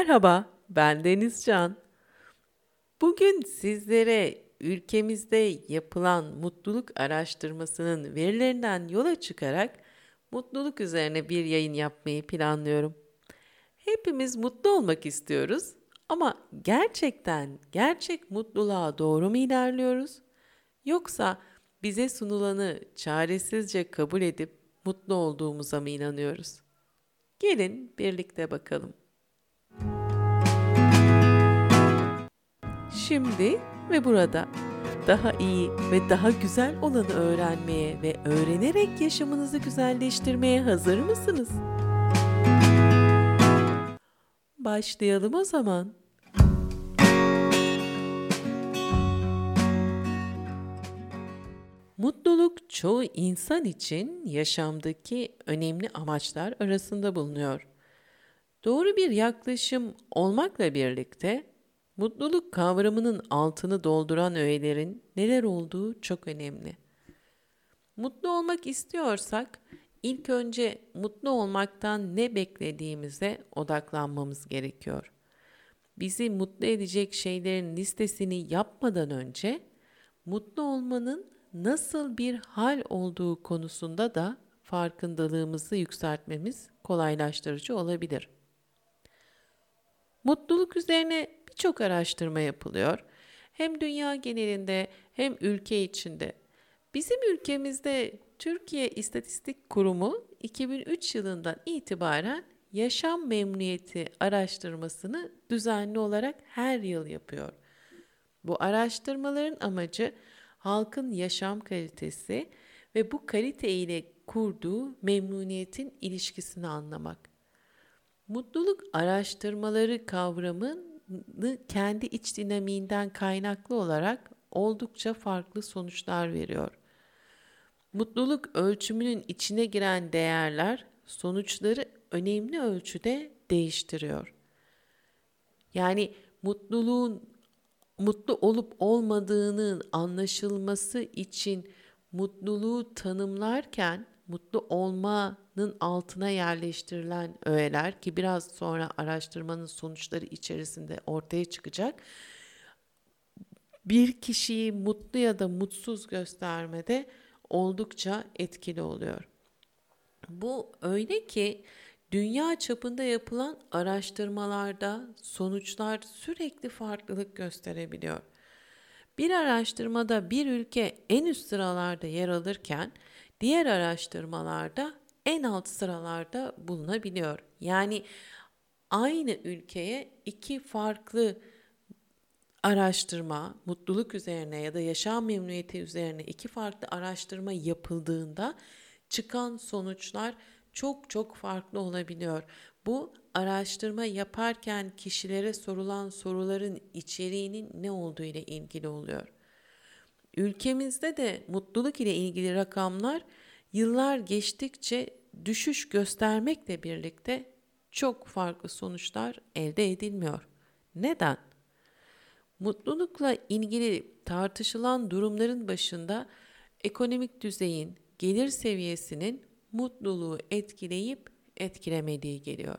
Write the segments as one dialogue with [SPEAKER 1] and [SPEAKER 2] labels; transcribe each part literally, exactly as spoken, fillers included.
[SPEAKER 1] Merhaba, ben Denizcan. Bugün sizlere ülkemizde yapılan mutluluk araştırmasının verilerinden yola çıkarak mutluluk üzerine bir yayın yapmayı planlıyorum. Hepimiz mutlu olmak istiyoruz ama gerçekten gerçek mutluluğa doğru mu ilerliyoruz? Yoksa bize sunulanı çaresizce kabul edip mutlu olduğumuza mı inanıyoruz? Gelin birlikte bakalım. Şimdi ve burada daha iyi ve daha güzel olanı öğrenmeye ve öğrenerek yaşamınızı güzelleştirmeye hazır mısınız? Başlayalım o zaman. Mutluluk çoğu insan için yaşamdaki önemli amaçlar arasında bulunuyor. Doğru bir yaklaşım olmakla birlikte mutluluk kavramının altını dolduran öğelerin neler olduğu çok önemli. Mutlu olmak istiyorsak ilk önce mutlu olmaktan ne beklediğimize odaklanmamız gerekiyor. Bizi mutlu edecek şeylerin listesini yapmadan önce mutlu olmanın nasıl bir hal olduğu konusunda da farkındalığımızı yükseltmemiz kolaylaştırıcı olabilir. Mutluluk üzerine birçok araştırma yapılıyor. Hem dünya genelinde hem ülke içinde. Bizim ülkemizde Türkiye İstatistik Kurumu iki bin üç yılından itibaren yaşam memnuniyeti araştırmasını düzenli olarak her yıl yapıyor. Bu araştırmaların amacı halkın yaşam kalitesi ve bu kalite ile kurduğu memnuniyetin ilişkisini anlamak. Mutluluk araştırmaları kavramını kendi iç dinamiğinden kaynaklı olarak oldukça farklı sonuçlar veriyor. Mutluluk ölçümünün içine giren değerler sonuçları önemli ölçüde değiştiriyor. Yani mutluluğun mutlu olup olmadığının anlaşılması için mutluluğu tanımlarken mutlu olmanın altına yerleştirilen öğeler ki biraz sonra araştırmanın sonuçları içerisinde ortaya çıkacak. Bir kişiyi mutlu ya da mutsuz göstermede oldukça etkili oluyor. Bu öyle ki dünya çapında yapılan araştırmalarda sonuçlar sürekli farklılık gösterebiliyor. Bir araştırmada bir ülke en üst sıralarda yer alırken diğer araştırmalarda en alt sıralarda bulunabiliyor. Yani aynı ülkeye iki farklı araştırma, mutluluk üzerine ya da yaşam memnuniyeti üzerine iki farklı araştırma yapıldığında çıkan sonuçlar çok çok farklı olabiliyor. Bu araştırma yaparken kişilere sorulan soruların içeriğinin ne olduğu ile ilgili oluyor. Ülkemizde de mutluluk ile ilgili rakamlar yıllar geçtikçe düşüş göstermekle birlikte çok farklı sonuçlar elde edilmiyor. Neden? Mutlulukla ilgili tartışılan durumların başında ekonomik düzeyin, gelir seviyesinin mutluluğu etkileyip etkilemediği geliyor.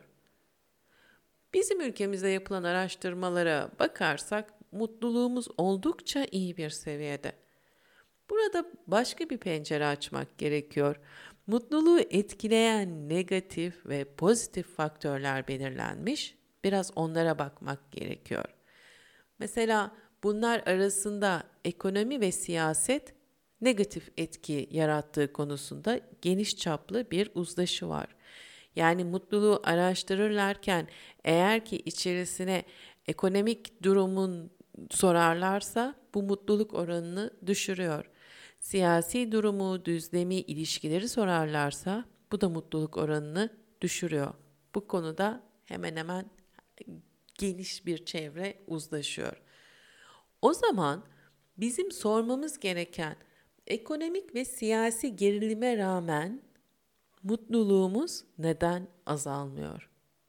[SPEAKER 1] Bizim ülkemizde yapılan araştırmalara bakarsak mutluluğumuz oldukça iyi bir seviyede. Burada başka bir pencere açmak gerekiyor. Mutluluğu etkileyen negatif ve pozitif faktörler belirlenmiş. Biraz onlara bakmak gerekiyor. Mesela bunlar arasında ekonomi ve siyaset negatif etki yarattığı konusunda geniş çaplı bir uzlaşı var. Yani mutluluğu araştırırlarken eğer ki içerisine ekonomik durumun sorarlarsa bu mutluluk oranını düşürüyor. Siyasi durumu, düzlemi, ilişkileri sorarlarsa bu da mutluluk oranını düşürüyor. Bu konuda hemen hemen geniş bir çevre uzlaşıyor. O zaman bizim sormamız gereken ekonomik ve siyasi gerilime rağmen mutluluğumuz neden azalmıyor?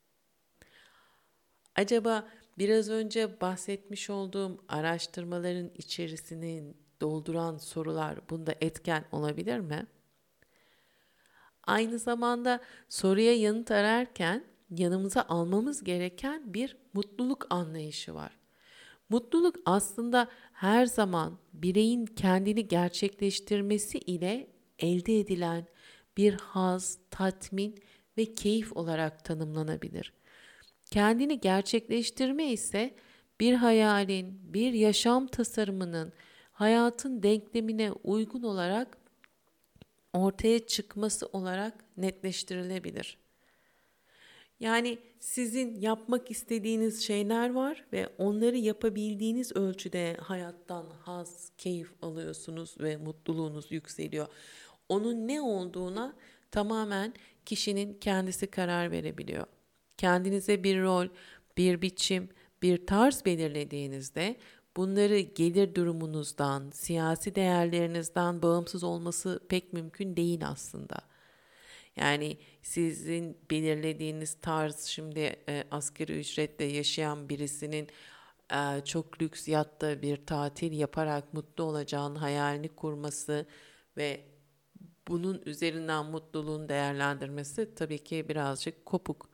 [SPEAKER 1] Acaba biraz önce bahsetmiş olduğum araştırmaların içerisini dolduran sorular bunda etken olabilir mi? Aynı zamanda soruya yanıt ararken yanımıza almamız gereken bir mutluluk anlayışı var. Mutluluk aslında her zaman bireyin kendini gerçekleştirmesi ile elde edilen bir haz, tatmin ve keyif olarak tanımlanabilir. Kendini gerçekleştirme ise bir hayalin, bir yaşam tasarımının hayatın denklemine uygun olarak ortaya çıkması olarak netleştirilebilir. Yani sizin yapmak istediğiniz şeyler var ve onları yapabildiğiniz ölçüde hayattan haz, keyif alıyorsunuz ve mutluluğunuz yükseliyor. Onun ne olduğuna tamamen kişinin kendisi karar verebiliyor. Kendinize bir rol, bir biçim, bir tarz belirlediğinizde bunları gelir durumunuzdan, siyasi değerlerinizden bağımsız olması pek mümkün değil aslında. Yani sizin belirlediğiniz tarz şimdi e, asgari ücretle yaşayan birisinin e, çok lüks yatta bir tatil yaparak mutlu olacağının hayalini kurması ve bunun üzerinden mutluluğun değerlendirmesi tabii ki birazcık kopuk.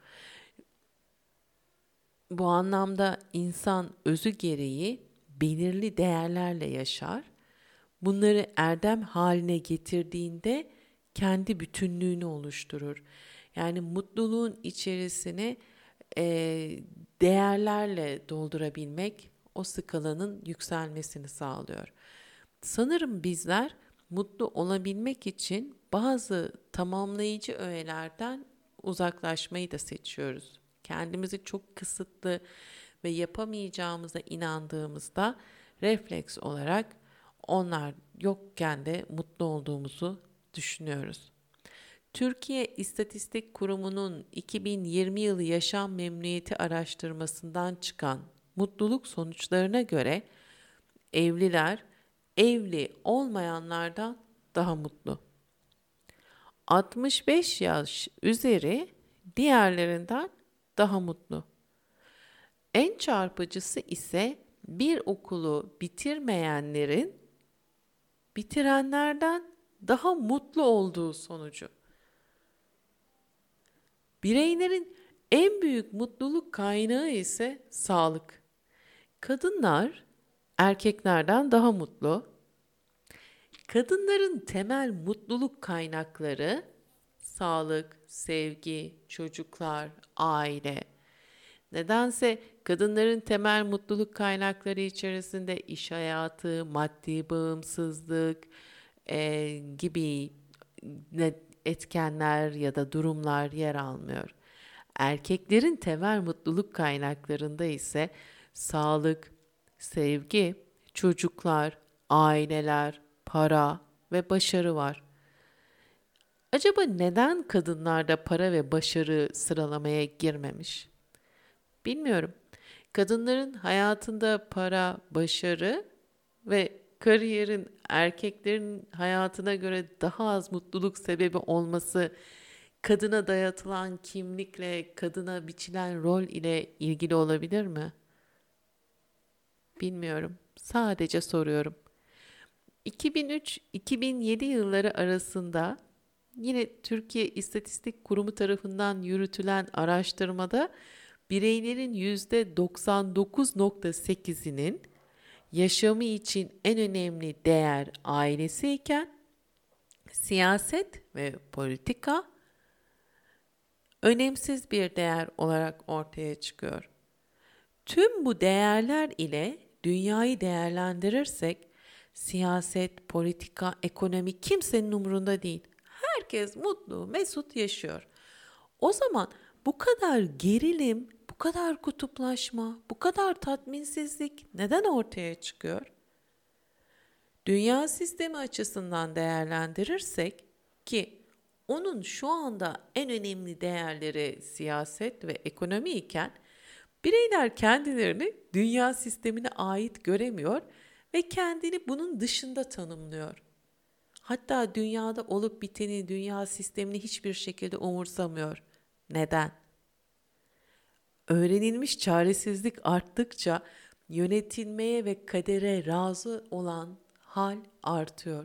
[SPEAKER 1] Bu anlamda insan özü gereği belirli değerlerle yaşar. Bunları erdem haline getirdiğinde kendi bütünlüğünü oluşturur. Yani mutluluğun içerisine e, değerlerle doldurabilmek o skalanın yükselmesini sağlıyor. Sanırım bizler mutlu olabilmek için bazı tamamlayıcı öğelerden uzaklaşmayı da seçiyoruz. Kendimizi çok kısıtlı ve yapamayacağımıza inandığımızda refleks olarak onlar yokken de mutlu olduğumuzu düşünüyoruz. Türkiye İstatistik Kurumu'nun iki bin yirmi yılı yaşam memnuniyeti araştırmasından çıkan mutluluk sonuçlarına göre evliler evli olmayanlardan daha mutlu. altmış beş yaş üzeri diğerlerinden daha mutlu. En çarpıcısı ise bir okulu bitirmeyenlerin bitirenlerden daha mutlu olduğu sonucu. Bireylerin en büyük mutluluk kaynağı ise sağlık. Kadınlar erkeklerden daha mutlu. Kadınların temel mutluluk kaynakları sağlık, sevgi, çocuklar, aile. Nedense kadınların temel mutluluk kaynakları içerisinde iş hayatı, maddi bağımsızlık e, gibi etkenler ya da durumlar yer almıyor. Erkeklerin temel mutluluk kaynaklarında ise sağlık, sevgi, çocuklar, aileler, para ve başarı var. Acaba neden kadınlarda para ve başarı sıralamaya girmemiş? Bilmiyorum. Kadınların hayatında para, başarı ve kariyerin erkeklerin hayatına göre daha az mutluluk sebebi olması kadına dayatılan kimlikle, kadına biçilen rol ile ilgili olabilir mi? Bilmiyorum. Sadece soruyorum. iki bin üç iki bin yedi yılları arasında yine Türkiye İstatistik Kurumu tarafından yürütülen araştırmada bireylerin yüzde doksan dokuz virgül sekizinin yaşamı için en önemli değer ailesi iken siyaset ve politika önemsiz bir değer olarak ortaya çıkıyor. Tüm bu değerler ile dünyayı değerlendirirsek siyaset, politika, ekonomi kimsenin umurunda değil. Herkes mutlu, mesut yaşıyor. O zaman bu kadar gerilim, bu kadar kutuplaşma, bu kadar tatminsizlik neden ortaya çıkıyor? Dünya sistemi açısından değerlendirirsek ki onun şu anda en önemli değerleri siyaset ve ekonomi iken bireyler kendilerini dünya sistemine ait göremiyor ve kendini bunun dışında tanımlıyor. Hatta dünyada olup biteni, dünya sistemini hiçbir şekilde umursamıyor. Neden? Öğrenilmiş çaresizlik arttıkça yönetilmeye ve kadere razı olan hal artıyor.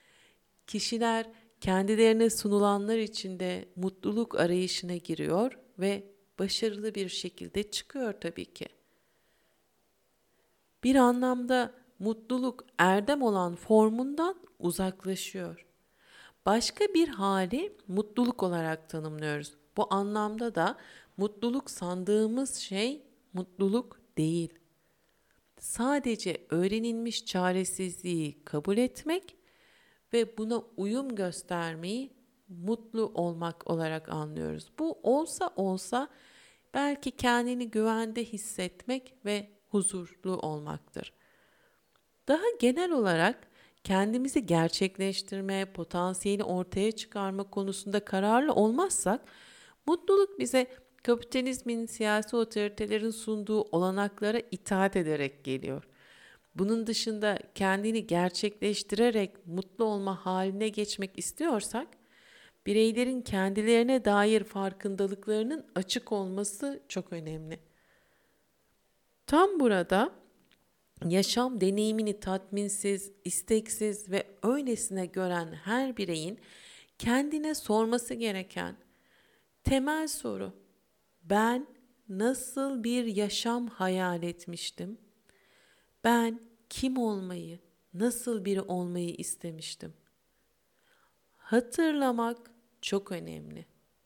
[SPEAKER 1] Kişiler kendilerine sunulanlar içinde mutluluk arayışına giriyor ve başarılı bir şekilde çıkıyor tabii ki. Bir anlamda mutluluk erdem olan formundan uzaklaşıyor. Başka bir hali mutluluk olarak tanımlıyoruz. Bu anlamda da mutluluk sandığımız şey mutluluk değil. Sadece öğrenilmiş çaresizliği kabul etmek ve buna uyum göstermeyi mutlu olmak olarak anlıyoruz. Bu olsa olsa belki kendini güvende hissetmek ve huzurlu olmaktır. Daha genel olarak kendimizi gerçekleştirme, potansiyeli ortaya çıkarma konusunda kararlı olmazsak, mutluluk bize kapitalizmin, siyasi otoritelerin sunduğu olanaklara itaat ederek geliyor. Bunun dışında kendini gerçekleştirerek mutlu olma haline geçmek istiyorsak, bireylerin kendilerine dair farkındalıklarının açık olması çok önemli. Tam burada yaşam deneyimini tatminsiz, isteksiz ve öylesine gören her bireyin kendine sorması gereken temel soru: ben nasıl bir yaşam hayal etmiştim? Ben kim olmayı, nasıl biri olmayı istemiştim? Hatırlamak çok önemli.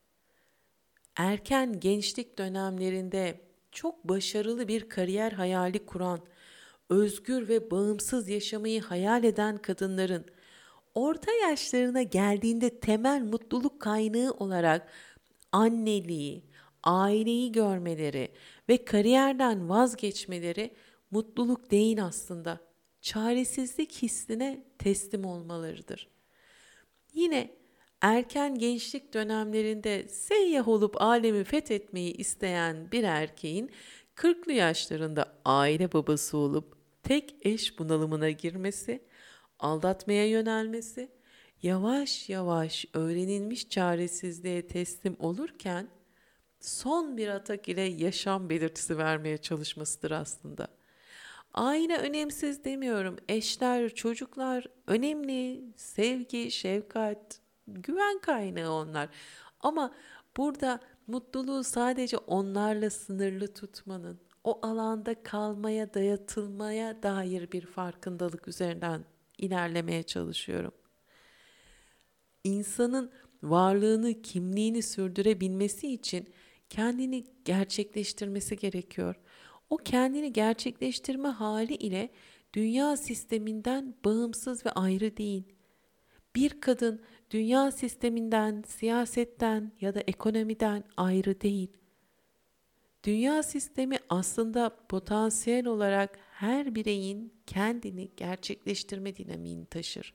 [SPEAKER 1] Erken gençlik dönemlerinde çok başarılı bir kariyer hayali kuran, özgür ve bağımsız yaşamayı hayal eden kadınların orta yaşlarına geldiğinde temel mutluluk kaynağı olarak anneliği, aileyi görmeleri ve kariyerden vazgeçmeleri mutluluk değil aslında, çaresizlik hissine teslim olmalarıdır. Yine erken gençlik dönemlerinde seyyah olup alemi fethetmeyi isteyen bir erkeğin kırklı yaşlarında aile babası olup tek eş bunalımına girmesi, aldatmaya yönelmesi, yavaş yavaş öğrenilmiş çaresizliğe teslim olurken son bir atak ile yaşam belirtisi vermeye çalışmasıdır aslında. Aile önemsiz demiyorum. Eşler, çocuklar önemli. Sevgi, şefkat, güven kaynağı onlar. Ama burada mutluluğu sadece onlarla sınırlı tutmanın, o alanda kalmaya, dayatılmaya dair bir farkındalık üzerinden ilerlemeye çalışıyorum. İnsanın varlığını, kimliğini sürdürebilmesi için kendini gerçekleştirmesi gerekiyor. O kendini gerçekleştirme hali ile dünya sisteminden bağımsız ve ayrı değil. Bir kadın dünya sisteminden, siyasetten ya da ekonomiden ayrı değil. Dünya sistemi aslında potansiyel olarak her bireyin kendini gerçekleştirme dinamiğini taşır.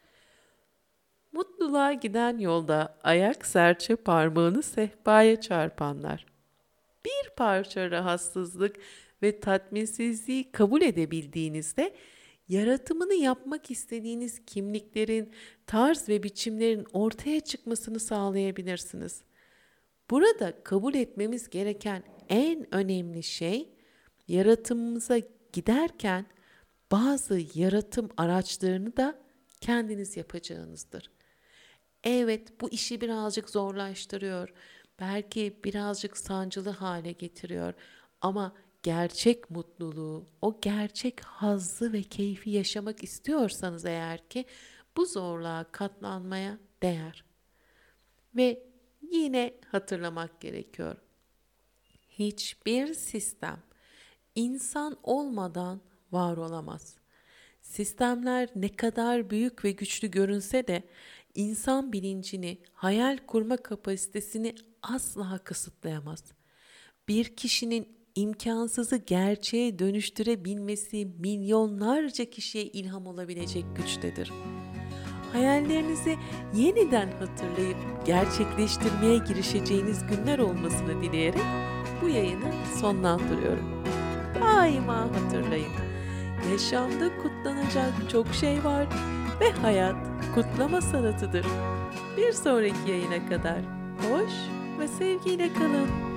[SPEAKER 1] Mutluluğa giden yolda ayak serçe parmağını sehpaya çarpanlar. Bir parça rahatsızlık ve tatminsizliği kabul edebildiğinizde yaratımını yapmak istediğiniz kimliklerin, tarz ve biçimlerin ortaya çıkmasını sağlayabilirsiniz. Burada kabul etmemiz gereken en önemli şey, yaratımımıza giderken bazı yaratım araçlarını da kendiniz yapacağınızdır. Evet, bu işi birazcık zorlaştırıyor. Belki birazcık sancılı hale getiriyor. Ama gerçek mutluluğu, o gerçek hazzı ve keyfi yaşamak istiyorsanız eğer ki bu zorluğa katlanmaya değer. Ve yine hatırlamak gerekiyor. Hiçbir sistem insan olmadan var olamaz. Sistemler ne kadar büyük ve güçlü görünse de insan bilincini, hayal kurma kapasitesini asla kısıtlayamaz. Bir kişinin imkansızı gerçeğe dönüştürebilmesi milyonlarca kişiye ilham olabilecek güçtedir. Hayallerinizi yeniden hatırlayıp gerçekleştirmeye girişeceğiniz günler olmasını dileyerek bu yayını sonlandırıyorum. Daima hatırlayın. Yaşamda kutlanacak çok şey var ve hayat kutlama sanatıdır. Bir sonraki yayına kadar hoş ve sevgiyle kalın.